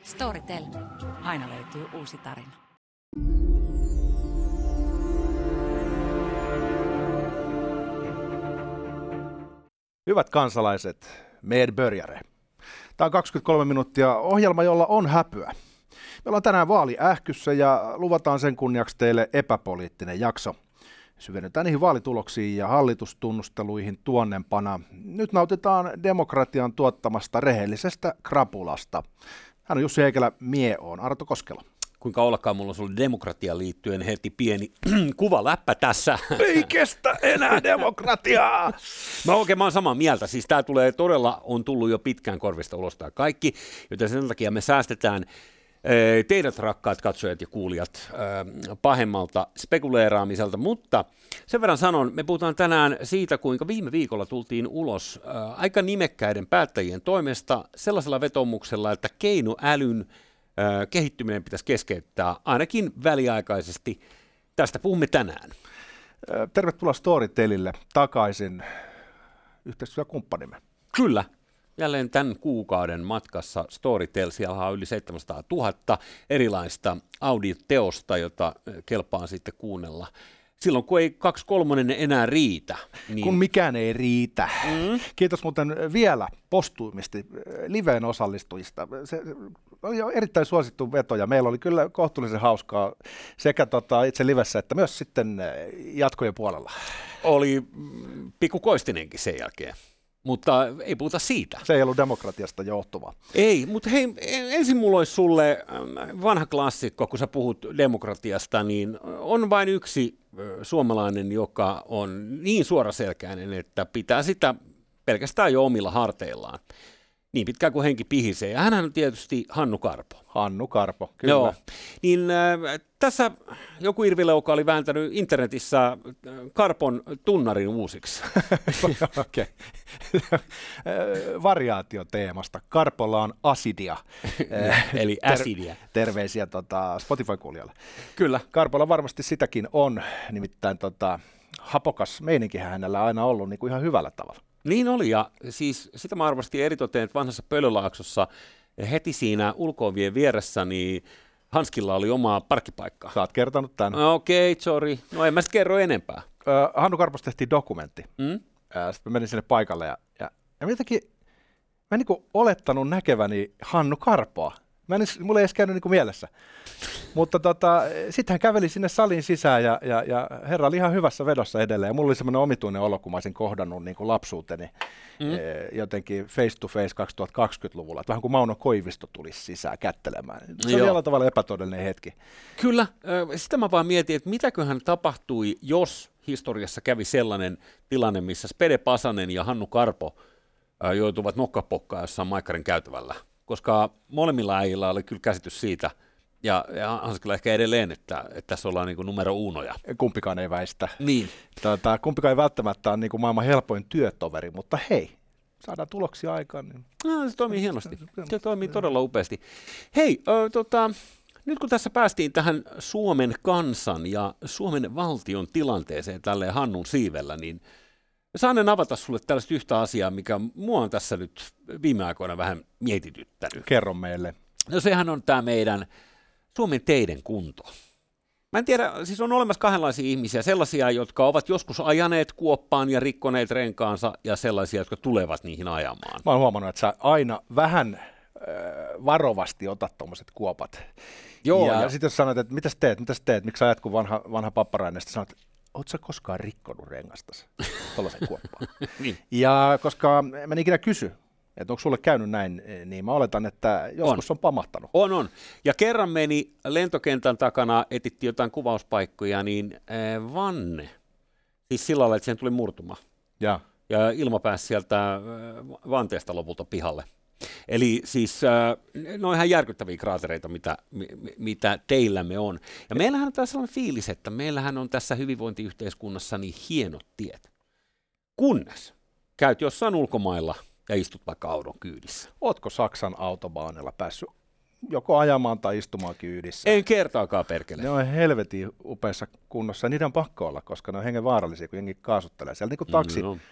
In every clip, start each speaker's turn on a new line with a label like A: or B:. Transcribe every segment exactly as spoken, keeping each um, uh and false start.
A: Storytel. Aina löytyy uusi tarina.
B: Hyvät kansalaiset, med börjare. Tämä on kaksikymmentäkolme minuuttia ohjelma, jolla on häpyä. Meillä on tänään vaali ähkyssä ja luvataan sen kunniaksi teille epäpoliittinen jakso. Syvennytään niihin vaalituloksiin ja hallitustunnusteluihin tuonnempana. Nyt nautitaan demokratian tuottamasta rehellisestä krapulasta. Hän on Jussi Heikelä, mie on Arto Koskela.
C: Kuinka ollakaan, mulla on ollut demokratiaan liittyen heti pieni kuvaläppä tässä.
B: Ei kestä enää demokratiaa!
C: Mä oikein mä oon samaa mieltä, siis tää tulee todella, on tullut jo pitkään korvista ulos tää kaikki, joten sen takia me säästetään teidät, rakkaat katsojat ja kuulijat, pahemmalta spekuleeraamiselta, mutta sen verran sanon, me puhutaan tänään siitä, kuinka viime viikolla tultiin ulos aika nimekkäiden päättäjien toimesta sellaisella vetomuksella, että keinoälyn kehittyminen pitäisi keskeyttää ainakin väliaikaisesti. Tästä puhumme tänään.
B: Tervetuloa Storytelille takaisin, yhteistyökumppanimme.
C: Kyllä. Jälleen tämän kuukauden matkassa Storytel, siellä on yli seitsemänsataatuhatta erilaista audioteosta, jota kelpaa sitten kuunnella. Silloin kun ei kaksi kolmonen enää riitä. Niin...
B: Kun mikään ei riitä. Mm. Kiitos muuten vielä postuimisti liveen osallistujista. Se oli jo erittäin suosittu veto ja meillä oli kyllä kohtuullisen hauskaa sekä tota itse livessä että myös sitten jatkojen puolella.
C: Oli pikku koistinenkin sen jälkeen. Mutta ei puhuta siitä.
B: Se ei ollut demokratiasta johtuvaa.
C: Ei, mutta hei, ensin mulla olisi sulle vanha klassikko, kun sä puhut demokratiasta, niin on vain yksi suomalainen, joka on niin suoraselkäinen, että pitää sitä pelkästään jo omilla harteillaan. Niin pitkään kuin henki pihisee. Ja hänhän on tietysti Hannu Karpo.
B: Hannu Karpo, kyllä.
C: Joo. Niin äh, tässä joku irvileuka oli vääntänyt internetissä äh, Karpon tunnarin uusiksi.
B: Okei. Variaatio teemasta. Karpolla on asidia.
C: Eli asidia.
B: Ter- terveisiä tota, Spotify-kuulijalle.
C: Kyllä.
B: Karpolla varmasti sitäkin on. Nimittäin tota, hapokas meininkihän hänellä aina ollut niin kuin ihan hyvällä tavalla.
C: Niin oli, ja siis sitä mä arvostin eritoten, että vanhassa Pölölaaksossa heti siinä ulko-ovien vieressä, niin Hanskilla oli oma parkkipaikka.
B: Sä oot kertonut tämän.
C: Okei, okay, sorry. No en mä sit kerro enempää.
B: Äh, Hannu Karposta tehtiin dokumentti.
C: Mm?
B: Äh, sitten mä menin sinne paikalle, ja, ja, ja jotenkin mä en niin kuin olettanut näkeväni Hannu Karpoa. Mä en, mulla ei edes käynyt niin kuin mielessä. Mutta tota, sitten hän käveli sinne salin sisään ja, ja, ja herra oli ihan hyvässä vedossa edelleen. Ja mulla oli semmoinen omituinen olo, kun mä olisin kohdannut niin kuin lapsuuteni mm. e, jotenkin face to face kaksituhattakaksikymmentäluvulla. Että vähän kuin Mauno Koivisto tulisi sisään kättelemään. Se Joo. oli jollain tavalla epätodellinen hetki.
C: Kyllä. Sitä mä vaan mietin, että mitäköhän tapahtui, jos historiassa kävi sellainen tilanne, missä Spede Pasanen ja Hannu Karpo joutuvat nokkapokkaan jossain Maikkarin käytävällä. Koska molemmilla äijillä oli kyllä käsitys siitä, ja, ja Hanskilla ehkä edelleen, että, että tässä ollaan niin kuin numero uunoja.
B: Kumpikaan ei väistä.
C: Niin.
B: Tota, kumpikaan ei välttämättä ole niin kuin maailman helpoin työtoveri, mutta hei, saadaan tuloksia aikaan. Niin...
C: No, se toimii hienosti. Se toimii todella upeasti. Hei, ö, tota, nyt kun tässä päästiin tähän Suomen kansan ja Suomen valtion tilanteeseen tälleen Hannun siivellä, niin saanen avata sulle tällaista yhtä asiaa, mikä mua on tässä nyt viime aikoina vähän mietityttänyt.
B: Kerro meille.
C: No sehän on tämä meidän Suomen teiden kunto. Mä en tiedä, siis on olemassa kahdenlaisia ihmisiä, sellaisia, jotka ovat joskus ajaneet kuoppaan ja rikkoneet renkaansa, ja sellaisia, jotka tulevat niihin ajamaan.
B: Mä oon huomannut, että sä aina vähän äh, varovasti otat tommoset kuopat.
C: Joo,
B: ja,
C: ja
B: sitten jos sanot, että mitäs teet, mitäs teet, miksi sä ajat kuin vanha, vanha papparainen, sitten sanot, ootko sä koskaan rikkonut rengastasi tuollaisen kuoppaan? Niin. Ja koska mä en ikinä kysy, että onko sulle käynyt näin, niin mä oletan, että joskus on, on pamahtanut.
C: On, on. Ja kerran meni lentokentän takana, etittiin jotain kuvauspaikkoja, niin äh, vanne, siis sillä lailla, että siihen tuli murtuma.
B: Ja,
C: ja ilma pääsi sieltä äh, vanteesta lopulta pihalle. Eli siis äh, ne on ihan järkyttäviä kraatereita, mitä, mi, mitä teillämme on. Ja meillähän on tässä sellainen fiilis, että meillähän on tässä hyvinvointiyhteiskunnassa niin hienot tiet. Kunnes käyt jossain ulkomailla ja istut vaikka auton kyydissä.
B: Ootko Saksan autobaanilla päässyt joko ajamaan tai istumaan kyydissä?
C: En kertaakaan, perkele.
B: Ne on helvetin upeassa kunnossa ja niiden on pakko olla, koska ne on hengen vaarallisia, kun jengi kaasuttelee. Siellä niin kuin taksi,
C: no.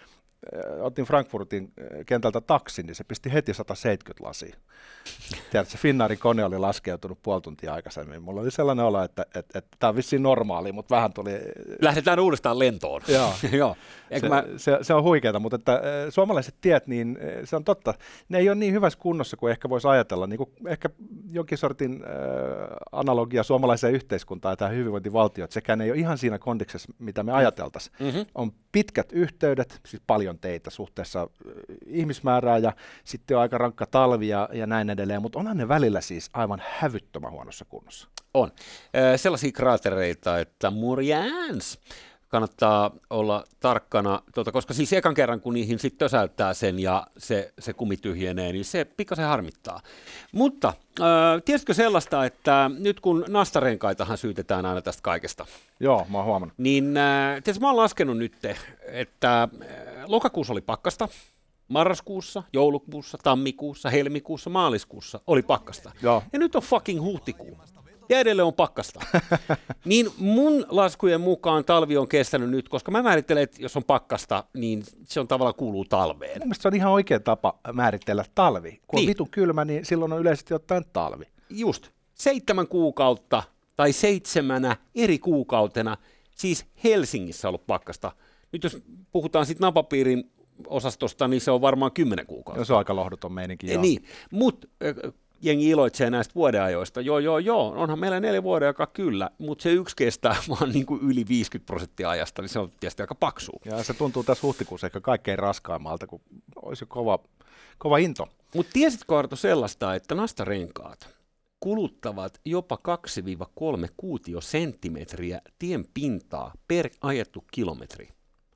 B: otin Frankfurtin kentältä taksin, niin se pisti heti sata seitsemänkymmentä lasia. Tiedätkö, Finnairin kone oli laskeutunut puoli tuntia aikaisemmin. Mulla oli sellainen olo, että, että, että tämä on vissiin normaali, mutta vähän tuli...
C: Lähdetään uudestaan lentoon.
B: Joo,
C: Joo.
B: se,
C: mä...
B: se, se on huikeata, mutta että, suomalaiset tiet, niin se on totta. Ne ei ole niin hyvässä kunnossa kuin ehkä voisi ajatella. Niin kuin ehkä jonkin sortin äh, analogia suomalaiseen yhteiskuntaan ja tähän hyvinvointivaltioon, että sekään ei ole ihan siinä kondiksessa, mitä me ajateltaisiin. Mm-hmm. On pitkät yhteydet, siis paljon teitä suhteessa äh, ihmismäärää ja sitten on aika rankka talvi ja, ja näin edelleen, mutta onhan ne välillä siis aivan hävyttömän huonossa kunnossa.
C: On. Sellaisia kraatereita, että murjääns kannattaa olla tarkkana, tuota, koska siis ekan kerran, kun niihin sitten tösäyttää sen ja se, se kumi tyhjenee, niin se pikkasen harmittaa. Mutta äh, tiesitkö sellaista, että nyt kun nastarenkaitahan syytetään aina tästä kaikesta.
B: Joo, mä oon huomannut.
C: Niin äh, tiedätkö, mä oon laskenut nyt, että äh, lokakuussa oli pakkasta. Marraskuussa, joulukuussa, tammikuussa, helmikuussa, maaliskuussa oli pakkasta.
B: Joo.
C: Ja nyt on fucking huhtikuu. Ja edelleen on pakkasta. Niin mun laskujen mukaan talvi on kestänyt nyt, koska mä määrittelen, että jos on pakkasta, niin se on tavallaan kuuluu talveen.
B: Mun mielestä se on ihan oikea tapa määritellä talvi. Kun
C: niin.
B: on vitun kylmä, niin silloin on yleisesti ottaen talvi.
C: Just. Seitsemän kuukautta tai seitsemänä eri kuukautena, siis Helsingissä on ollut pakkasta. Nyt jos puhutaan sitten napapiirin osastosta, niin se on varmaan kymmenen kuukautta.
B: Ja se on aika lohduton meininki, joo.
C: Niin, mutta jengi iloitsee näistä vuodenajoista. Joo, joo, joo, onhan meillä neljä vuoden aika kyllä, mutta se yksi kestää vaan niin kuin yli viisikymmentä prosenttia ajasta, niin se on tietysti aika paksua.
B: Ja se tuntuu tässä huhtikuussa ehkä kaikkein raskaimmalta, kun olisi kova, kova into.
C: Mutta tiesitkö, Arto, sellaista, että nastarenkaat kuluttavat jopa kaksi kolme kuutiosenttimetriä tien pintaa per ajettu kilometri?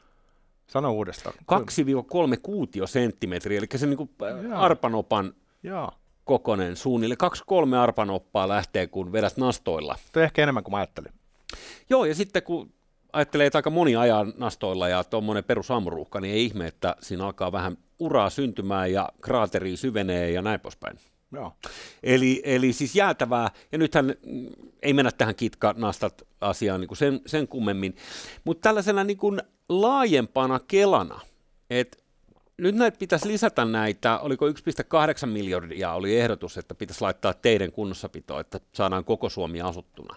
B: Sano uudestaan.
C: kaksi kolme kuutiosenttimetriä, eli se niin kuin arpanopan
B: Jaa.
C: kokonen suunnilleen. Kaksi kolme arpanoppaa lähtee, kun vedät nastoilla.
B: Tuo ehkä enemmän kuin mä ajattelin.
C: Joo, ja sitten kun ajattelee, että aika moni ajaa nastoilla ja tuommoinen perusamruuhka, niin ei ihme, että siinä alkaa vähän uraa syntymään ja kraateri syvenee ja näin poispäin.
B: Joo.
C: Eli, eli siis jäätävää, ja nythän ei mennä tähän kitka-nastat-asiaan niin kuin sen, sen kummemmin, mutta tällaisena niin kuin laajempana kelana, että nyt näitä pitäisi lisätä näitä, oliko yksi pilkku kahdeksan miljardia oli ehdotus, että pitäisi laittaa teidän kunnossapitoon, että saadaan koko Suomi asuttuna.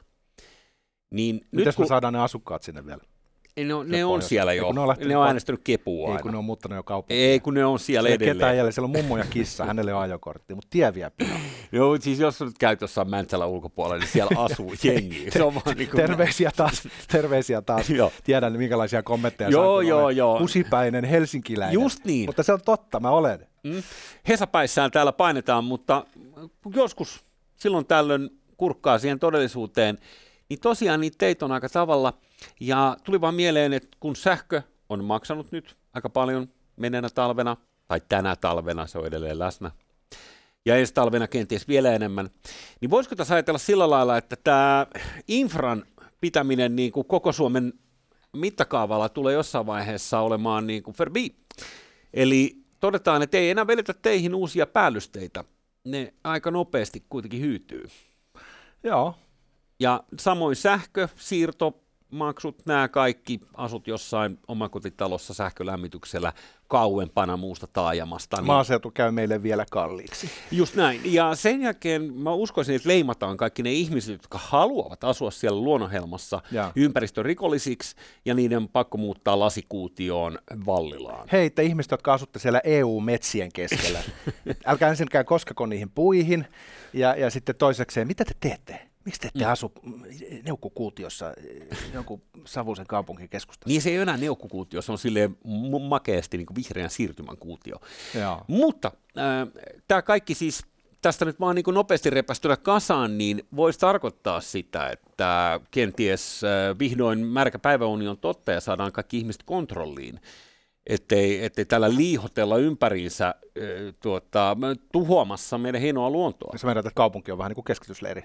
C: Niin
B: Mites me saadaan ne asukkaat sinne vielä?
C: No, ne on siellä jo, ne on, ne on äänestänyt kepua aina.
B: Ei kun ne on muuttanut jo kaupunkiin.
C: Ei kun ne on siellä
B: se
C: edelleen.
B: Ketään jäljellä, siellä on mummo ja kissa, hänelle on ajokortti, mutta tie vie pian.
C: Joo, siis jos nyt käyt jossain Mäntsälän ulkopuolella, niin siellä asuu jengi. Se on vaan niin kuin...
B: Terveisiä taas, terveisiä taas. Tiedän minkälaisia kommentteja
C: joo,
B: saa,
C: joo, joo.
B: kusipäinen helsinkiläinen.
C: Just niin.
B: Mutta se on totta, mä olen.
C: Mm. Hesapäissään täällä painetaan, mutta joskus silloin tällöin kurkkaa siihen todellisuuteen, niin tosiaan niitä teitä on aika tavalla. Ja tuli vaan mieleen, että kun sähkö on maksanut nyt aika paljon menneenä talvena, tai tänä talvena se on edelleen läsnä, ja ensi talvena kenties vielä enemmän, niin voisiko tässä ajatella sillä lailla, että tämä infran pitäminen niin kuin koko Suomen mittakaavalla tulee jossain vaiheessa olemaan niin kuin förbi. Eli todetaan, että ei enää vedetä teihin uusia päällysteitä. Ne aika nopeasti kuitenkin hyytyy.
B: Joo.
C: Ja samoin sähkö, siirto, maksut, nämä kaikki asut jossain omakotitalossa sähkölämmityksellä kauempana muusta taajamasta. Niin
B: maaseutu käy meille vielä kalliiksi.
C: Just näin. Ja sen jälkeen mä uskoisin, että leimataan kaikki ne ihmiset, jotka haluavat asua siellä luonnonhelmassa ja ympäristörikollisiksi, ja niiden pakko muuttaa lasikuutioon Vallilaan.
B: Hei, te ihmiset, jotka asutte siellä E U-metsien keskellä. Älkää ensinnäkään koskako niihin puihin, ja, ja sitten toisekseen, mitä te teette? Miksi te ette mm. asu neukkukuutiossa jonkun Savusen kaupunkin keskustassa?
C: Niin se ei ole enää neukkukuutio, se on silleen makeasti niin kuin vihreän siirtymän kuutio.
B: Joo.
C: Mutta äh, tämä kaikki siis, tästä nyt vaan niin kuin nopeasti repästynä kasaan, niin voisi tarkoittaa sitä, että kenties äh, vihdoin märkä päiväuni on totta ja saadaan kaikki ihmiset kontrolliin. Ettei, ettei täällä liihotella ympäriinsä äh, tuota, tuhoamassa meidän hienoa luontoa.
B: Se meidän, että kaupunki on vähän niin kuin keskitysleiri.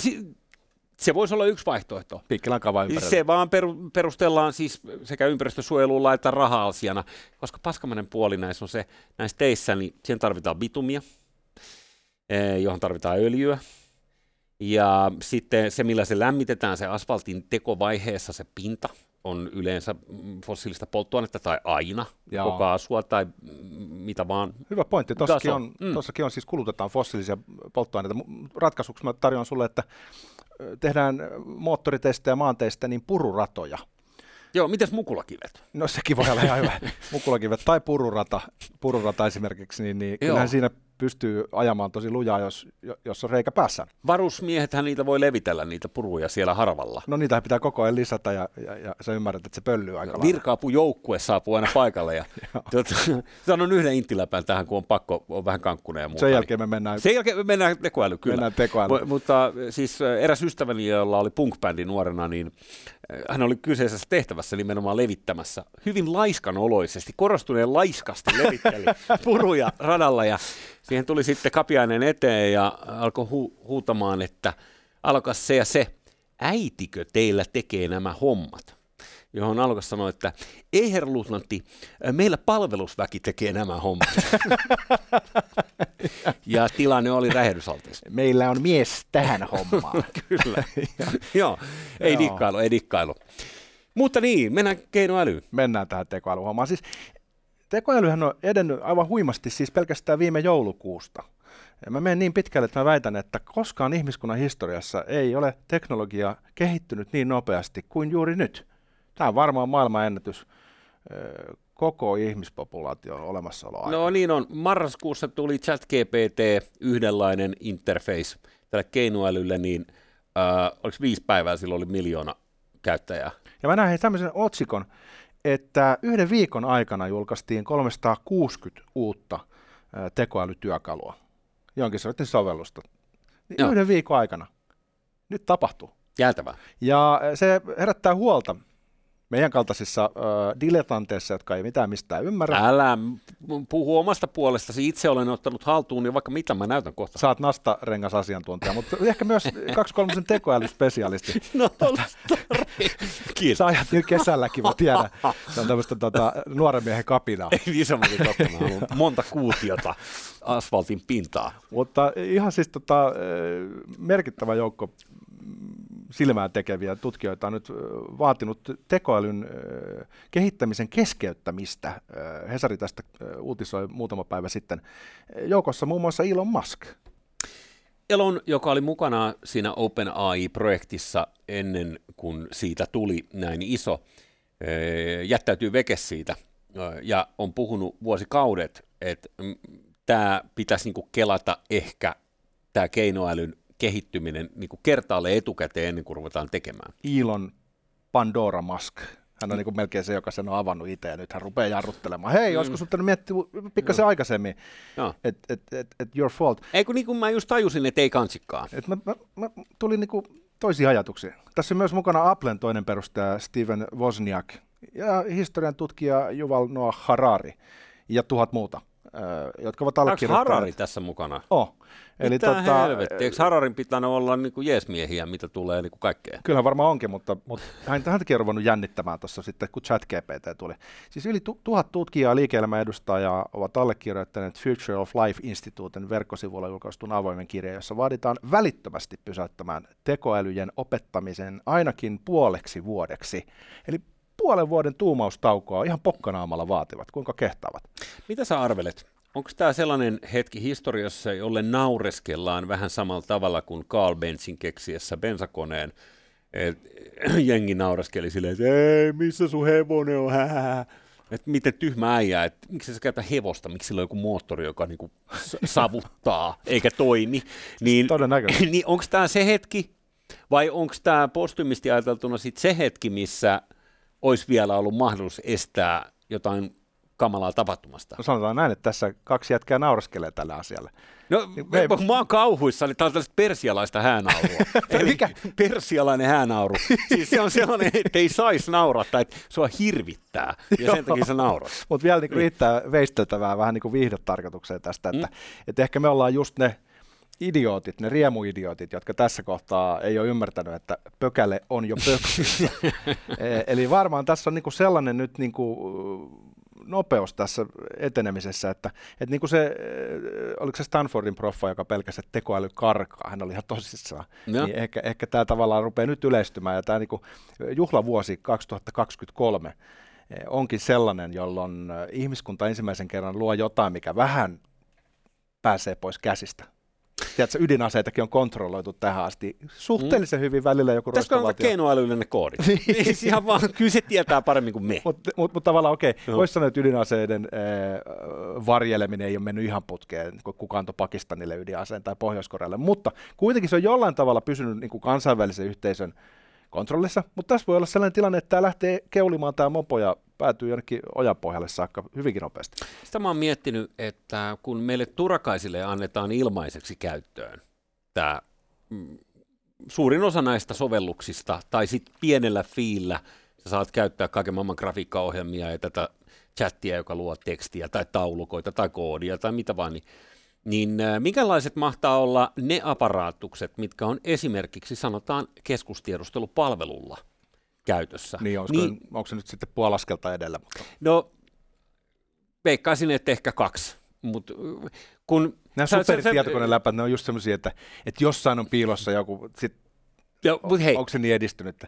C: Se voisi olla yksi vaihtoehto.
B: Pikkelän kava ympärillä.
C: Se vaan perustellaan siis sekä ympäristösuojelulla että raha-asiana, koska paskamainen puoli näissä on se, näissä teissä, niin siihen tarvitaan bitumia, johon tarvitaan öljyä. Ja sitten se, millä se lämmitetään, se asfaltin tekovaiheessa se pinta, on yleensä fossiilista polttoainetta tai aina
B: Joo.
C: kaasua tai mitä vaan.
B: Hyvä pointti. Tuossakin
C: Gaso.
B: on,
C: Mm.
B: tossakin on siis kulutetaan fossiilisia polttoaineita. Ratkaisuksi mä tarjoan sulle, että tehdään moottoritestejä maanteistä niin pururatoja.
C: Joo, mites mukulakivet?
B: No sekin voi olla ihan hyvä. Mukulakivet tai pururata, pururata esimerkiksi, niin, niin kyllähän siinä pystyy ajamaan tosi lujaa, jos, jos on reikä päässä.
C: Varusmiehethän niitä voi levitellä, niitä puruja siellä harvalla.
B: No niitä pitää koko ajan lisätä ja, ja, ja sä ymmärrät, että se pöllyy aika lailla.
C: Virka-apujoukkue saapuu aina paikalle ja tuota, sanon yhden intiläpän tähän, kun on pakko, on vähän kankkunen ja muuta.
B: Sen jälkeen me mennään,
C: Sen jälkeen me mennään tekoäly, kyllä.
B: Mennään tekoäly.
C: M- mutta siis eräs ystäväni, jolla oli punk-bändi nuorena, niin hän oli kyseisessä tehtävässä nimenomaan levittämässä hyvin laiskanoloisesti, korostuneen laiskasti levitteli puruja radalla ja siihen tuli sitten Kapiainen eteen ja alkoi hu- huutamaan, että Alokas se ja se, äitikö teillä tekee nämä hommat? Johon Alokas sanoi, että ei herra luutnantti, meillä palvelusväki tekee nämä hommat. Ja tilanne oli räjähdysaltis.
B: Meillä on mies tähän hommaan.
C: Kyllä. Joo, ei
B: Joo.
C: dikkailu, ei dikkailu. Mutta niin, mennään keinoälyyn.
B: Mennään tähän tekoälyhommaan. Siis tekoälyhän on edennyt aivan huimasti siis pelkästään viime joulukuusta. Ja mä menen niin pitkälle, että mä väitän, että koskaan ihmiskunnan historiassa ei ole teknologia kehittynyt niin nopeasti kuin juuri nyt. Tämä on varmaan maailmanennätys koko ihmispopulaation olemassaoloa.
C: No niin on. Marraskuussa tuli ChatGPT, yhdenlainen interface tälle keinoälylle, niin äh, oliko viisi päivää, silloin oli miljoona käyttäjää.
B: Ja mä näin tämmöisen otsikon, että yhden viikon aikana julkaistiin kolmesataakuusikymmentä uutta ää, tekoälytyökalua, jonkin sortin sovellusta. Niin
C: Joo.
B: yhden viikon aikana. Nyt tapahtuu.
C: Jäätävää.
B: Ja se herättää huolta meidän kaltaisissa äh, dilettanteissa, jotka ei mitään mistään ymmärrä.
C: Älä puhu omasta puolestasi. Itse olen ottanut haltuun, niin vaikka mitä mä näytän kohta.
B: Sä oot nastarengasasiantuntija, mutta ehkä myös kaksi kolmosen tekoälyspesialisti.
C: No, kiitos.
B: Sä ajat nyt kesälläkin, mä tiedän. Se on tämmöistä tota, nuoren miehen kapinaa.
C: Ei niin semmoinen totta. Mä haluan monta kuutiota asfaltin pintaa.
B: Mutta ihan siis tota, merkittävä joukko silmää tekeviä tutkijoita on nyt vaatinut tekoälyn kehittämisen keskeyttämistä. Hesari tästä uutisoi muutama päivä sitten. Joukossa muun muassa Elon Musk.
C: Elon, joka oli mukana siinä OpenAI-projektissa ennen kuin siitä tuli näin iso, jättäytyy veke siitä ja on puhunut vuosikaudet, että tämä pitäisi niinku kelata ehkä tämä keinoälyn kehittyminen niinku kertaalle etukäteen ennen kuin ruvetaan tekemään.
B: Elon Pandora Musk. Hän on niin kuin melkein se, joka sen on avannut itse ja nyt hän rupeaa jarruttelemaan. Hei, mm. olisiko sinun tänne miettiä pikkasen no. aikaisemmin, että et, et, et your fault.
C: Ei kun niin kuin mä just tajusin, että ei kansikkaan.
B: Et mä, mä, mä tulin niin kuin toisia ajatuksia. Tässä on myös mukana Applen toinen perustaja Steven Wozniak ja historian tutkija Yuval Noah Harari ja tuhat muuta, jotka ovat allekirjoittaneet.
C: Onko Harari tässä mukana?
B: Oh. Eli
C: mitä
B: tota,
C: helvetti? Eikö Hararin pitänyt olla niinku jeesmiehiä, mitä tulee niinku kaikkea?
B: Kyllä varmaan onkin, mutta, mutta häntäkin on ruvennut jännittämään tuossa sitten, kun ChatGPT tuli. Siis yli tu- tuhat tutkijaa liike-elämän edustajaa ovat allekirjoittaneet Future of Life Instituten verkkosivuilla julkaistun avoimen kirjan, jossa vaaditaan välittömästi pysäyttämään tekoälyjen opettamisen ainakin puoleksi vuodeksi. Eli puolen vuoden tuumaustaukoa ihan pokkanaamalla vaativat. Kuinka kehtaavat?
C: Mitä sä arvelet? Onko tämä sellainen hetki historiassa, jolle naureskellaan vähän samalla tavalla kuin Carl Benzin keksiessä bensakoneen? Et, jengi naureskeli silleen, että ei, missä sun hevonen on, hää. Että miten tyhmä äijä, että miksi sä käytä hevosta, miksi sillä on joku moottori, joka niinku savuttaa eikä toimi. Niin,
B: Todennäköisesti.
C: niin onko tämä se hetki, vai onko tämä postumisti ajateltuna sit se hetki, missä olisi vielä ollut mahdollisuus estää jotain kamalaa tapahtumasta?
B: No sanotaan näin, että tässä kaksi jätkää nauraskelee tällä asialla.
C: No,
B: Me...
C: kun mä oon kauhuissa, niin tää on tällaista persialaista häänaurua. Eli
B: Mikä?
C: Persialainen häänauru. Siis se on sellainen, että ei saisi naurattaa, että sua hirvittää, ja sen takia sä naurat.
B: Mutta vielä niin riittää veisteltävää vähän niin kuin viihdetarkoitukseen tästä, että, mm. että ehkä me ollaan just ne idiootit, ne riemuidiootit, jotka tässä kohtaa ei ole ymmärtänyt, että pökäle on jo pöksyssä. Eli varmaan tässä on niinku sellainen nyt niinku nopeus tässä etenemisessä, että, että niin kuin se, oliko se Stanfordin proffa, joka pelkäsi, että tekoäly karkaa, hän oli ihan tosissaan, no. niin ehkä, ehkä tämä tavallaan rupeaa nyt yleistymään, ja tämä niin kuin juhlavuosi kaksituhattakaksikymmentäkolme onkin sellainen, jolloin ihmiskunta ensimmäisen kerran luo jotain, mikä vähän pääsee pois käsistä. Tiedätkö, ydinaseitakin on kontrolloitu tähän asti suhteellisen mm. hyvin välillä joku
C: roiskavaltio. Tässä on keinoälyllinen ne koodit. Siis ihan vaan, kyllä se tietää paremmin kuin me.
B: Mutta mut, mut tavallaan okei, okay, voisi sanoa, että ydinaseiden äh, varjeleminen ei ole mennyt ihan putkeen, kun kuka antoi Pakistanille ydinaseen tai Pohjois-Korealle, mutta kuitenkin se on jollain tavalla pysynyt niin kuin kansainvälisen yhteisön kontrollissa, mutta tässä voi olla sellainen tilanne, että tämä lähtee keulimaan tämä mopo ja päätyy jonnekin ojanpohjalle saakka hyvinkin nopeasti.
C: Sitä mä oon miettinyt, että kun meille turakaisille annetaan ilmaiseksi käyttöön tämä mm, suurin osa näistä sovelluksista, tai sitten pienellä fiillä sä saat käyttää kaiken maailman grafiikkaohjelmia ja tätä chattia, joka luo tekstiä tai taulukoita tai koodia tai mitä vaan, niin niin äh, minkälaiset mahtaa olla ne aparaatukset, mitkä on esimerkiksi sanotaan keskustiedustelupalvelulla käytössä?
B: Niin, niin onko se nyt sitten puolaskelta edellä? Mutta...
C: No, veikkaisin, että ehkä kaksi. Mut, kun
B: nämä supertietokoneläpät, ne on just semmoisia, että, että jossain on piilossa joku, sit,
C: jo,
B: on,
C: hei,
B: onko se niin edistynyt?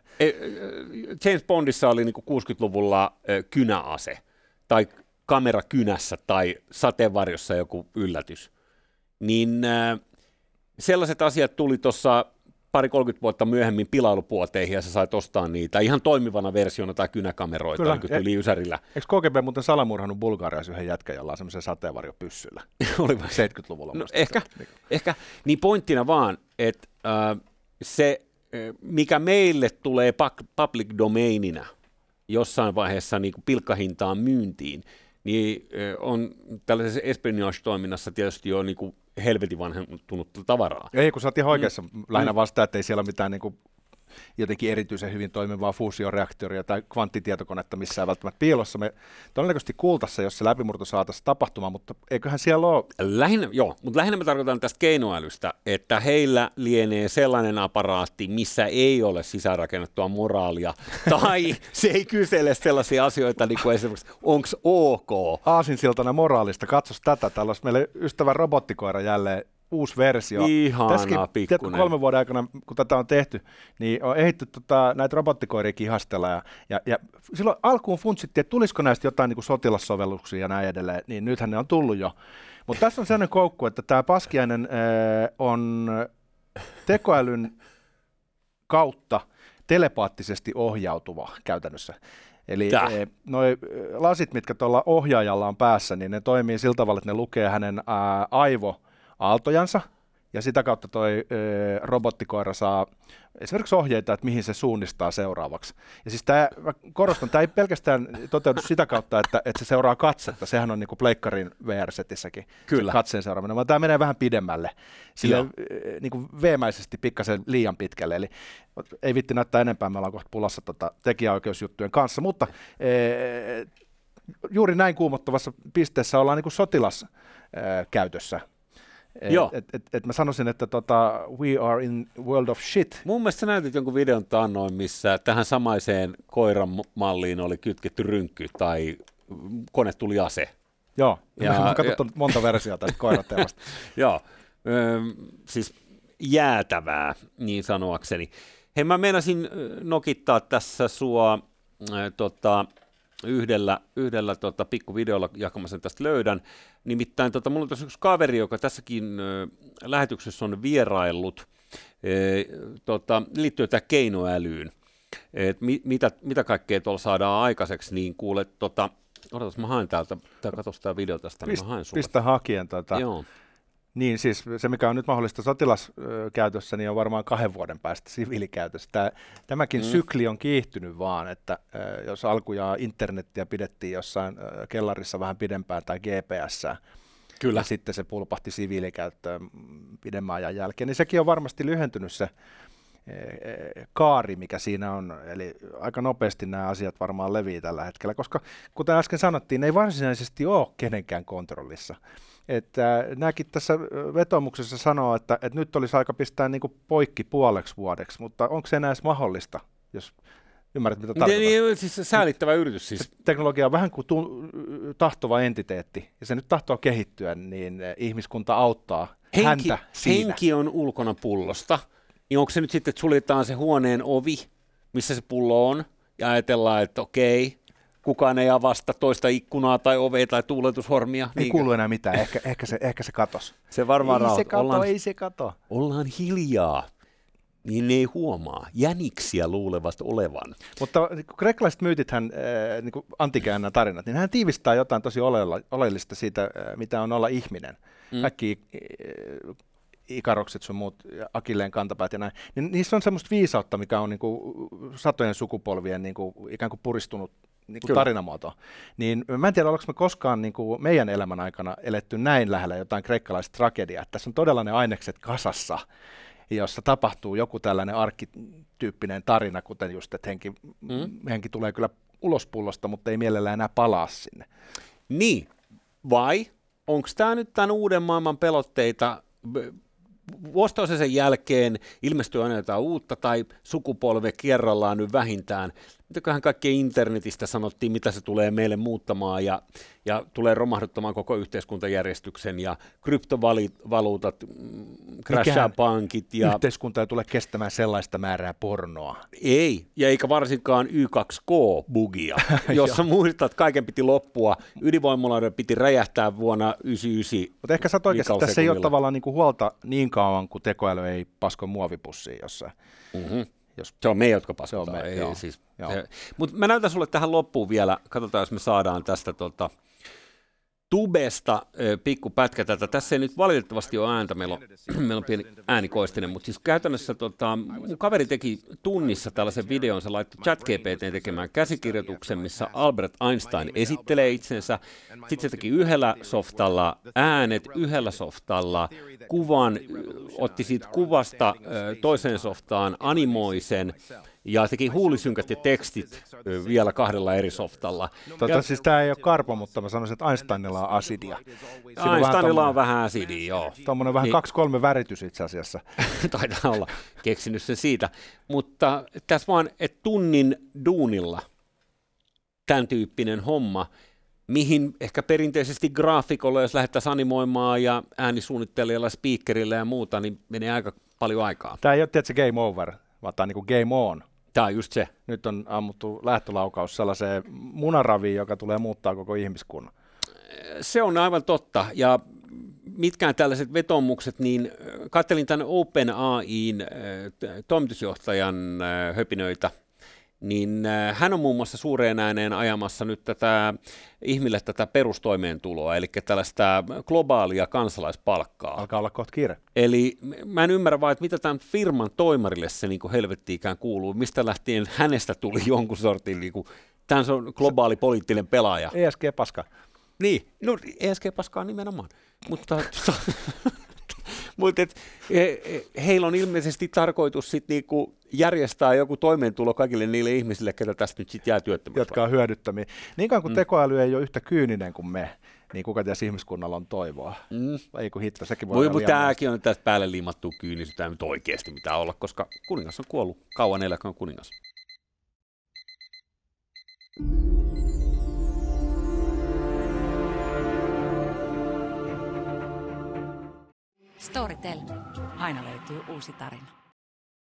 C: James Bondissa oli niinku kuusikymmentäluvulla kynäase, tai kamera kynässä, tai sateenvarjossa joku yllätys. Niin äh, sellaiset asiat tuli tuossa pari kolmekymmentä vuotta myöhemmin pilailupuoteihin, ja sä sait ostaa niitä ihan toimivana versiona tai kynäkameroita, niin kuin tuli Ysärillä.
B: Eikö K G B muuten salamurhannut Bulgariassa yhden jätkän, jolla on semmoisen sateenvarjopyssyllä?
C: Oli
B: seitsemänkymmentäluvulla.
C: No, ehkä, ehkä. Niin pointtina vaan, että äh, se, mikä meille tulee public domainina jossain vaiheessa niin kuin pilkkahintaan myyntiin, niin on tällaisessa espionage-toiminnassa tietysti jo niin kuin helvetin vanhentunutta tavaraa.
B: Ei, kun sä oot ihan oikeassa mm. lähinnä vastaan, että ei siellä ole mitään niin kuin jotenkin erityisen hyvin toimivaa fuusioreaktoria tai kvanttitietokonetta missään välttämättä piilossa. Me todennäköisesti kuultaisiin, jos se läpimurto saataisiin tapahtumaan, mutta eiköhän siellä ole...
C: Lähinnä, joo, mutta lähinnä me tarkoitan tästä keinoälystä, että heillä lienee sellainen aparaatti, missä ei ole sisäänrakennettua moraalia, tai se ei kysele sellaisia asioita, niin kuin esimerkiksi, onko ok?
B: Aasinsiltana moraalista, katsos tätä, täällä olisi meille ystävän robottikoira jälleen, uusi versio.
C: Ihana
B: Tässäkin,
C: pikkunen.
B: Tiedätkö, kolmen vuoden aikana, kun tätä on tehty, niin on ehditty tota, näitä robottikoiria kihastella. Ja, ja, ja silloin alkuun funtsittiin, että tulisiko näistä jotain niin kuin sotilassovelluksia ja näin edelleen, niin nythän ne on tullut jo. Mutta tässä on sellainen koukku, että tämä Paskiainen äh, on tekoälyn kautta telepaattisesti ohjautuva käytännössä. Eli e, noi lasit, mitkä tuolla ohjaajalla on päässä, niin ne toimii sillä tavalla, että ne lukee hänen ää, aivo aaltojansa, ja sitä kautta toi ö, robottikoira saa esimerkiksi ohjeita, että mihin se suunnistaa seuraavaksi. Ja siis tämä, korostan, tämä ei pelkästään toteudu sitä kautta, että, että se seuraa katsetta, sehän on niin kuin pleikkarin V R-setissäkin,
C: Kyllä.
B: katseen seuraaminen, vaan tämä menee vähän pidemmälle, sille niin kuin veemäisesti pikkasen liian pitkälle, eli ei vitti näyttää enempää, me ollaan kohta pulassa tota tekijäoikeusjuttujen kanssa, mutta e, juuri näin kuumottavassa pisteessä ollaan niin kuin sotilaskäytössä. Et, et, et, et mä sanoisin, että tota, we are in world of shit.
C: Mun mielestä sä näytit jonkun videon taannoin, missä tähän samaiseen koiran malliin oli kytketty rynkky tai kone tuli ase.
B: Joo, ja, mä oon katsottu ja, monta versiota tästä koirateemasta.
C: Joo, ö, siis jäätävää niin sanoakseni. Hei, mä meinasin nokittaa tässä sua ö, tota, yhdellä, yhdellä tota, pikkuvideolla, jakamassa tästä löydän. Nimittäin tota, mulla on tässä yksi kaveri, joka tässäkin ö, lähetyksessä on vieraillut, e, tota, liittyy tähän keinoälyyn. Et mi, mitä, mitä kaikkea tuolla saadaan aikaiseksi, niin kuule, tota, odotas, mä haen täältä, tää, katos tää video tästä,
B: Pist,
C: niin mä haen sulle.
B: Pistä hakien. Tota.
C: Joo.
B: Niin siis se, mikä on nyt mahdollista sotilaskäytössä, niin on varmaan kahden vuoden päästä siviilikäytössä. Tämä, tämäkin mm. sykli on kiihtynyt vaan, että äh, jos alkujaan internettiä pidettiin jossain äh, kellarissa vähän pidempään tai G P S, Kyllä. ja sitten se pulpahti siviilikäyttöön pidemmän ajan jälkeen, niin sekin on varmasti lyhentynyt se äh, kaari, mikä siinä on. Eli aika nopeasti nämä asiat varmaan levii tällä hetkellä, koska kuten äsken sanottiin, ne ei varsinaisesti ole kenenkään kontrollissa. Että nämäkin tässä vetomuksessa sanoo, että, että nyt olisi aika pistää niin kuin poikki puoleksi vuodeksi, mutta onko se enää edes mahdollista, jos Ymmärrät, mitä tarkoitan?
C: Niin, siis säälittävä yritys siis.
B: Se teknologia on vähän kuin tu- tahtova entiteetti, ja se nyt tahtoo kehittyä, niin ihmiskunta auttaa
C: henki,
B: häntä siinä.
C: Henki on ulkona pullosta, niin onko se nyt sitten, että suljetaan se huoneen ovi, missä se pullo on, ja ajatellaan, että okei, kukaan ei avasta toista ikkunaa tai ovea tai tuuletushormia.
B: Ei
C: niin
B: kuulu enää mitään, ehkä, ehkä, se, ehkä se katos.
C: Se varmaan
B: ei
C: rauhoit-
B: se kato,
C: ollaan,
B: ei se kato.
C: Ollaan hiljaa, niin ne ei huomaa. Jäniksiä luulevat olevan.
B: Mutta niin kreikkalaiset myytithän, äh, niin antikäännän tarinat, niin hän tiivistää jotain tosi oleella, oleellista siitä, äh, mitä on olla ihminen. Mm. Kaikki äh, ikarokset sun muut, Akilleen kantapäät ja näin. Niin niissä on semmoista viisautta, mikä on niin kuin satojen sukupolvien niin kuin, ikään kuin puristunut niin kuin tarinamuotoa. Niin mä en tiedä, ollaanko me koskaan niin kuin meidän elämän aikana eletty näin lähellä jotain kreikkalaista tragediaa. Tässä on todella ne ainekset kasassa, jossa tapahtuu joku tällainen arkkityyppinen tarina, kuten just, että henki, mm. henki tulee kyllä ulos pullosta, mutta ei mielellään enää palaa sinne.
C: Niin, vai onko tämä nyt tämän uuden maailman pelotteita? Vuosi toisen jälkeen ilmestyy aina jotain uutta tai sukupolve kerrallaan nyt vähintään. Mitäköhän kaikkea internetistä sanottiin, mitä se tulee meille muuttamaan ja, ja tulee romahduttamaan koko yhteiskuntajärjestyksen ja kryptovaluutat, crashaa pankit. Ja
B: yhteiskunta ei tule kestämään sellaista määrää pornoa.
C: Ei, ja eikä varsinkaan Y kaksi K-bugia, jossa muistat, että kaiken piti loppua. Ydinvoimaloiden piti räjähtää vuonna yhdeksänkymmentäyhdeksän.
B: Mutta ehkä sä oot oikeasti, tässä ei ole tavallaan niinku huolta niin kauan, kuin tekoäly ei pasko muovipussiin jossain.
C: Mm-hmm. Jos se on me, jotka paskotaan. Siis, mutta mä näytän sulle tähän loppuun vielä, katsotaan, jos me saadaan tästä tota, tubesta ö, pikku pätkä tätä. Tässä ei nyt valitettavasti ole ääntä, meillä on, meillä on pieni äänikoistinen, mutta siis käytännössä tota, mun kaveri teki tunnissa tällaisen videon, se laittoi ChatGPT:n tekemään käsikirjoituksen, missä Albert Einstein esittelee itsensä, sitten se teki yhdellä softalla äänet, yhdellä softalla kuvan, otti siitä kuvasta ö, toiseen softaan, animoi sen, ja teki huulisynkät ja tekstit ö, vielä kahdella eri softalla.
B: Tota,
C: ja,
B: siis tämä ei ole karpo, mutta mä sanoisin, että Einsteinilla on asidia. Siinä
C: Einsteinilla on vähän asidia, joo.
B: Tuommoinen vähän
C: niin,
B: kaksi kolme väritys itse asiassa.
C: Taitaa olla keksinyt sen siitä. Mutta tässä vaan, että tunnin duunilla tämän tyyppinen homma, mihin ehkä perinteisesti graafikolla, jos lähdettäisiin animoimaan ja äänisuunnittelijalla, speakerillä ja muuta, niin menee aika paljon aikaa.
B: Tämä ei ole tietysti game over, vaan tämä on niin kuin game on.
C: Tämä on just se.
B: Nyt on ammuttu lähtölaukaus sellaiseen munaraviin, joka tulee muuttaa koko ihmiskunnan.
C: Se on aivan totta. Ja mitkään tällaiset vetomukset, niin katselin tämän OpenAI:n toimitusjohtajan höpinöitä, niin hän on muun muassa suureen ääneen ajamassa nyt tätä ihmille tätä perustoimeentuloa, eli tällaista globaalia kansalaispalkkaa.
B: Alkaa olla kohta kiire.
C: Eli mä en ymmärrä vaan, että mitä tämän firman toimarille se niin kuin helvetti ikään kuuluu, mistä lähtien hänestä tuli jonkun sortin, niin kuin, tämän se on globaali poliittinen pelaaja.
B: E S G-paska.
C: Niin, no E S G-paskaa nimenomaan, mutta... Mutta he, heillä on ilmeisesti tarkoitus sit niinku järjestää joku toimeentulo kaikille niille ihmisille, ketä tästä nyt sit jää työttömäksi.
B: Jotka on hyödyttömiä. Niin kauan kuin mm. tekoäly ei ole yhtä kyyninen kuin me, niin kuka tiesi ihmiskunnalla on toivoa. Mm. Ei kun hitto, sekin voi
C: Voi,
B: olla
C: mutta tämäkin on tästä päälle liimattua kyynisyyttä, ei nyt oikeasti mitään olla, koska kuningas on kuollut. Kauan eläköön kuningas.
A: Storytel. Aina löytyy uusi tarina.